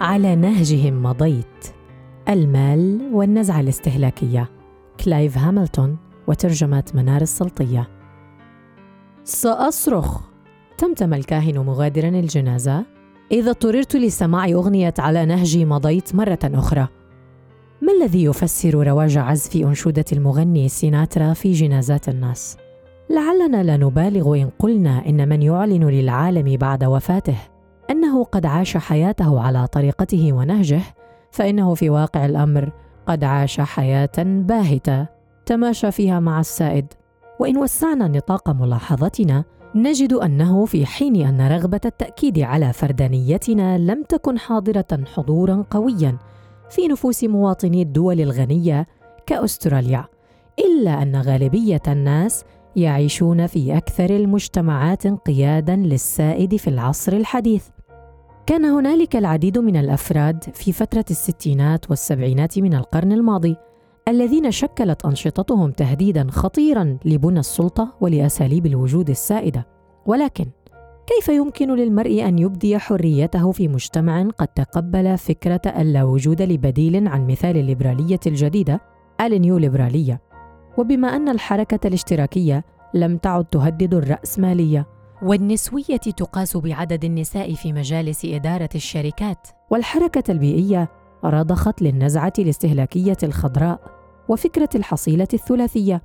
على نهجهم مضيت. المال والنزعة الاستهلاكية، كلايف هاملتون وترجمة منار السلطية. سأصرخ، تمتم الكاهن مغادراً الجنازة، إذا اضطررت لسماع أغنية على نهجي مضيت مرة أخرى. ما الذي يفسر رواج عزف أنشودة المغني سيناترا في جنازات الناس؟ لعلنا لا نبالغ إن قلنا إن من يعلن للعالم بعد وفاته أنه قد عاش حياته على طريقته ونهجه، فإنه في واقع الأمر قد عاش حياة باهتة تماشى فيها مع السائد. وإن وسعنا نطاق ملاحظتنا نجد أنه في حين أن رغبة التأكيد على فردانيتنا لم تكن حاضرة حضوراً قوياً في نفوس مواطني الدول الغنية كأستراليا، إلا أن غالبية الناس يعيشون في أكثر المجتمعات انقياداً للسائد في العصر الحديث. كان هنالك العديد من الأفراد في فترة الستينات والسبعينات من القرن الماضي الذين شكلت أنشطتهم تهديداً خطيراً لبنى السلطة ولأساليب الوجود السائدة. ولكن كيف يمكن للمرء أن يبدي حريته في مجتمع قد تقبل فكرة اللا وجود لبديل عن مثال الليبرالية الجديدة النيوليبرالية؟ وبما أن الحركة الاشتراكية لم تعد تهدد الرأسمالية، والنسوية تقاس بعدد النساء في مجالس إدارة الشركات، والحركة البيئية رضخت للنزعة الاستهلاكية الخضراء وفكرة الحصيلة الثلاثية،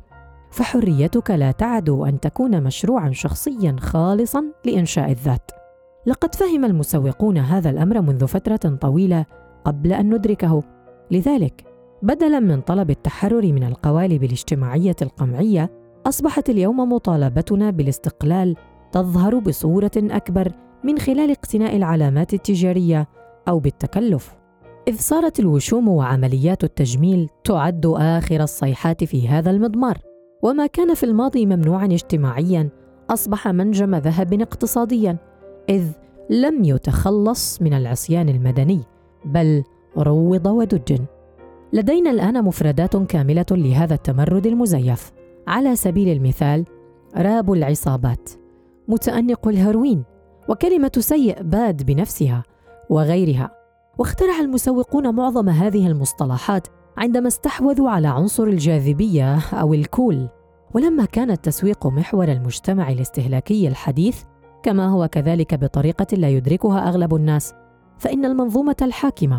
فحريتك لا تعدو أن تكون مشروعاً شخصياً خالصاً لإنشاء الذات. لقد فهم المسوقون هذا الأمر منذ فترة طويلة قبل أن ندركه. لذلك بدلاً من طلب التحرر من القوالب الاجتماعية القمعية، أصبحت اليوم مطالبتنا بالاستقلال تظهر بصورة أكبر من خلال اقتناء العلامات التجارية أو بالتكلف، إذ صارت الوشوم وعمليات التجميل تعد آخر الصيحات في هذا المضمار. وما كان في الماضي ممنوعاً اجتماعياً أصبح منجم ذهب اقتصادياً، إذ لم يتخلص من العصيان المدني بل روض ودج. لدينا الآن مفردات كاملة لهذا التمرد المزيف. على سبيل المثال راب العصابات، متأنق الهروين، وكلمة سيء باد بنفسها وغيرها. واخترع المسوقون معظم هذه المصطلحات عندما استحوذوا على عنصر الجاذبية أو الكول. ولما كان التسويق محور المجتمع الاستهلاكي الحديث، كما هو كذلك بطريقة لا يدركها أغلب الناس، فإن المنظومة الحاكمة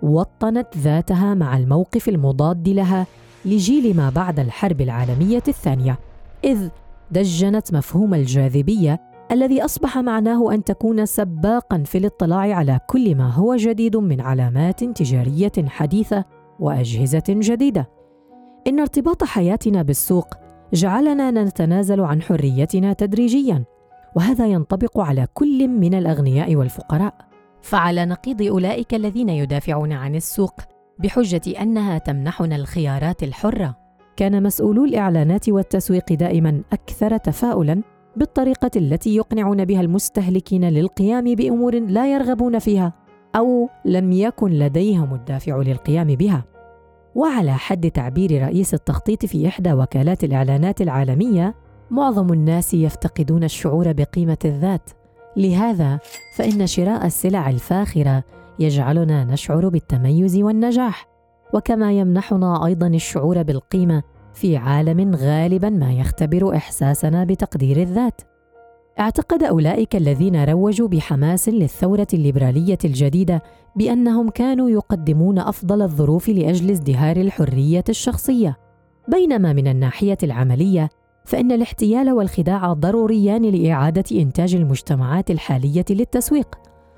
وطنت ذاتها مع الموقف المضاد لها لجيل ما بعد الحرب العالمية الثانية، إذ دجنت مفهوم الجاذبية الذي أصبح معناه أن تكون سباقاً في الاطلاع على كل ما هو جديد من علامات تجارية حديثة وأجهزة جديدة. إن ارتباط حياتنا بالسوق جعلنا نتنازل عن حريتنا تدريجياً، وهذا ينطبق على كل من الأغنياء والفقراء. فعلى نقيض أولئك الذين يدافعون عن السوق بحجة أنها تمنحنا الخيارات الحرة، كان مسؤولو الإعلانات والتسويق دائماً أكثر تفاؤلاً بالطريقة التي يقنعون بها المستهلكين للقيام بأمور لا يرغبون فيها أو لم يكن لديهم الدافع للقيام بها. وعلى حد تعبير رئيس التخطيط في إحدى وكالات الإعلانات العالمية، معظم الناس يفتقدون الشعور بقيمة الذات، لهذا فإن شراء السلع الفاخرة يجعلنا نشعر بالتميز والنجاح، وكما يمنحنا أيضاً الشعور بالقيمة في عالم غالباً ما يختبر إحساسنا بتقدير الذات. اعتقد أولئك الذين روجوا بحماس للثورة الليبرالية الجديدة بأنهم كانوا يقدمون أفضل الظروف لأجل ازدهار الحرية الشخصية، بينما من الناحية العملية فإن الاحتيال والخداع ضروريان لإعادة إنتاج المجتمعات الحالية للتسويق.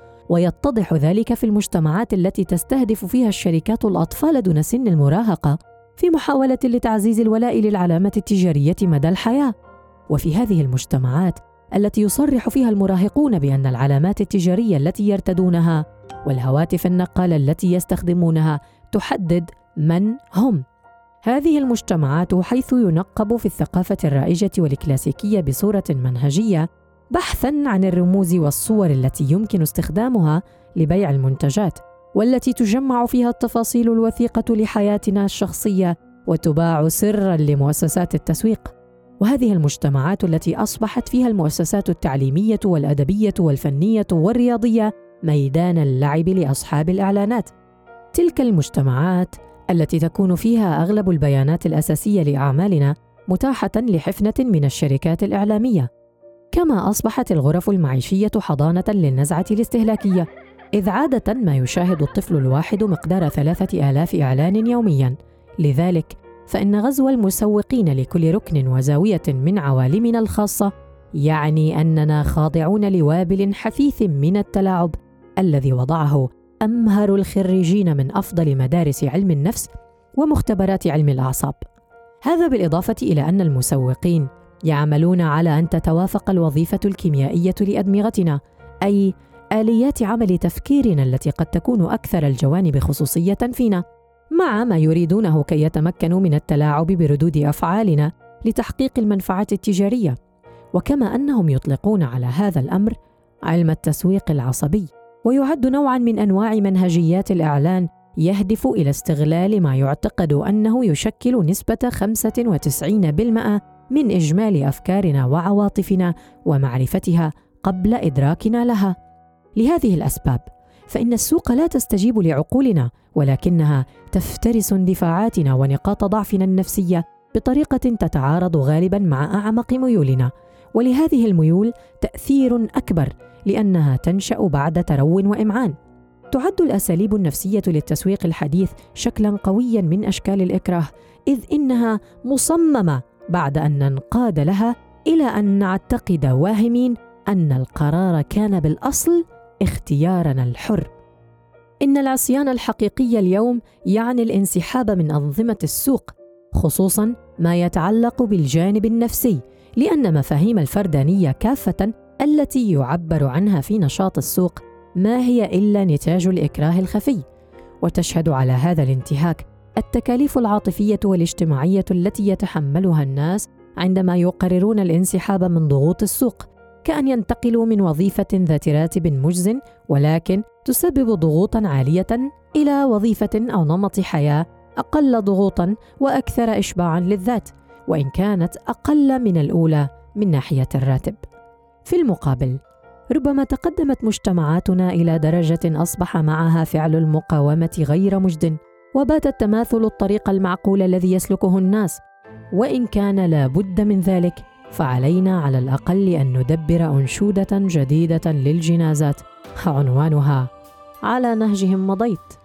ويتضح ذلك في المجتمعات التي تستهدف فيها الشركات الأطفال دون سن المراهقة في محاولة لتعزيز الولاء للعلامة التجارية مدى الحياة. وفي هذه المجتمعات التي يصرح فيها المراهقون بأن العلامات التجارية التي يرتدونها والهواتف النقالة التي يستخدمونها تحدد من هم. هذه المجتمعات حيث ينقب في الثقافة الرائجة والكلاسيكية بصورة منهجية بحثاً عن الرموز والصور التي يمكن استخدامها لبيع المنتجات، والتي تجمع فيها التفاصيل الوثيقة لحياتنا الشخصية وتباع سراً لمؤسسات التسويق. وهذه المجتمعات التي أصبحت فيها المؤسسات التعليمية والأدبية والفنية والرياضية ميدان اللعب لأصحاب الإعلانات. تلك المجتمعات التي تكون فيها أغلب البيانات الأساسية لأعمالنا متاحة لحفنة من الشركات الإعلامية. كما أصبحت الغرف المعيشية حضانة للنزعة الاستهلاكية، إذ عادة ما يشاهد الطفل الواحد مقدار 3000 إعلان يومياً. لذلك فإن غزو المسوقين لكل ركن وزاوية من عوالمنا الخاصة يعني أننا خاضعون لوابل حثيث من التلاعب الذي وضعه أمهر الخريجين من أفضل مدارس علم النفس ومختبرات علم الأعصاب. هذا بالإضافة إلى أن المسوقين يعملون على أن تتوافق الوظيفة الكيميائية لأدمغتنا، أي آليات عمل تفكيرنا التي قد تكون أكثر الجوانب خصوصية فينا، مع ما يريدونه كي يتمكنوا من التلاعب بردود أفعالنا لتحقيق المنفعة التجارية. وكما أنهم يطلقون على هذا الأمر علم التسويق العصبي، ويعد نوعاً من أنواع منهجيات الإعلان يهدف إلى استغلال ما يعتقد أنه يشكل نسبة 95% من إجمالي أفكارنا وعواطفنا ومعرفتها قبل إدراكنا لها. لهذه الأسباب فإن السوق لا تستجيب لعقولنا، ولكنها تفترس اندفاعاتنا ونقاط ضعفنا النفسية بطريقة تتعارض غالباً مع أعمق ميولنا، ولهذه الميول تأثير أكبر لأنها تنشأ بعد ترو وإمعان. تعد الأساليب النفسية للتسويق الحديث شكلاً قوياً من أشكال الإكراه، إذ إنها مصممة بعد أن ننقاد لها إلى أن نعتقد واهمين أن القرار كان بالأصل اختيارنا الحر. إن العصيان الحقيقي اليوم يعني الانسحاب من أنظمة السوق، خصوصاً ما يتعلق بالجانب النفسي، لأن مفاهيم الفردانية كافة التي يعبر عنها في نشاط السوق ما هي إلا نتاج الإكراه الخفي. وتشهد على هذا الانتهاك التكاليف العاطفية والاجتماعية التي يتحملها الناس عندما يقررون الانسحاب من ضغوط السوق، كأن ينتقلوا من وظيفة ذات راتب مجز ولكن تسبب ضغوطاً عالية إلى وظيفة أو نمط حياة أقل ضغوطاً وأكثر إشباعاً للذات، وإن كانت أقل من الأولى من ناحية الراتب. في المقابل، ربما تقدمت مجتمعاتنا إلى درجة أصبح معها فعل المقاومة غير مجد، وبات تماثل الطريق المعقول الذي يسلكه الناس. وإن كان لا بد من ذلك، فعلينا على الأقل أن ندبر أنشودة جديدة للجنازات عنوانها: على نهجهم مضيت.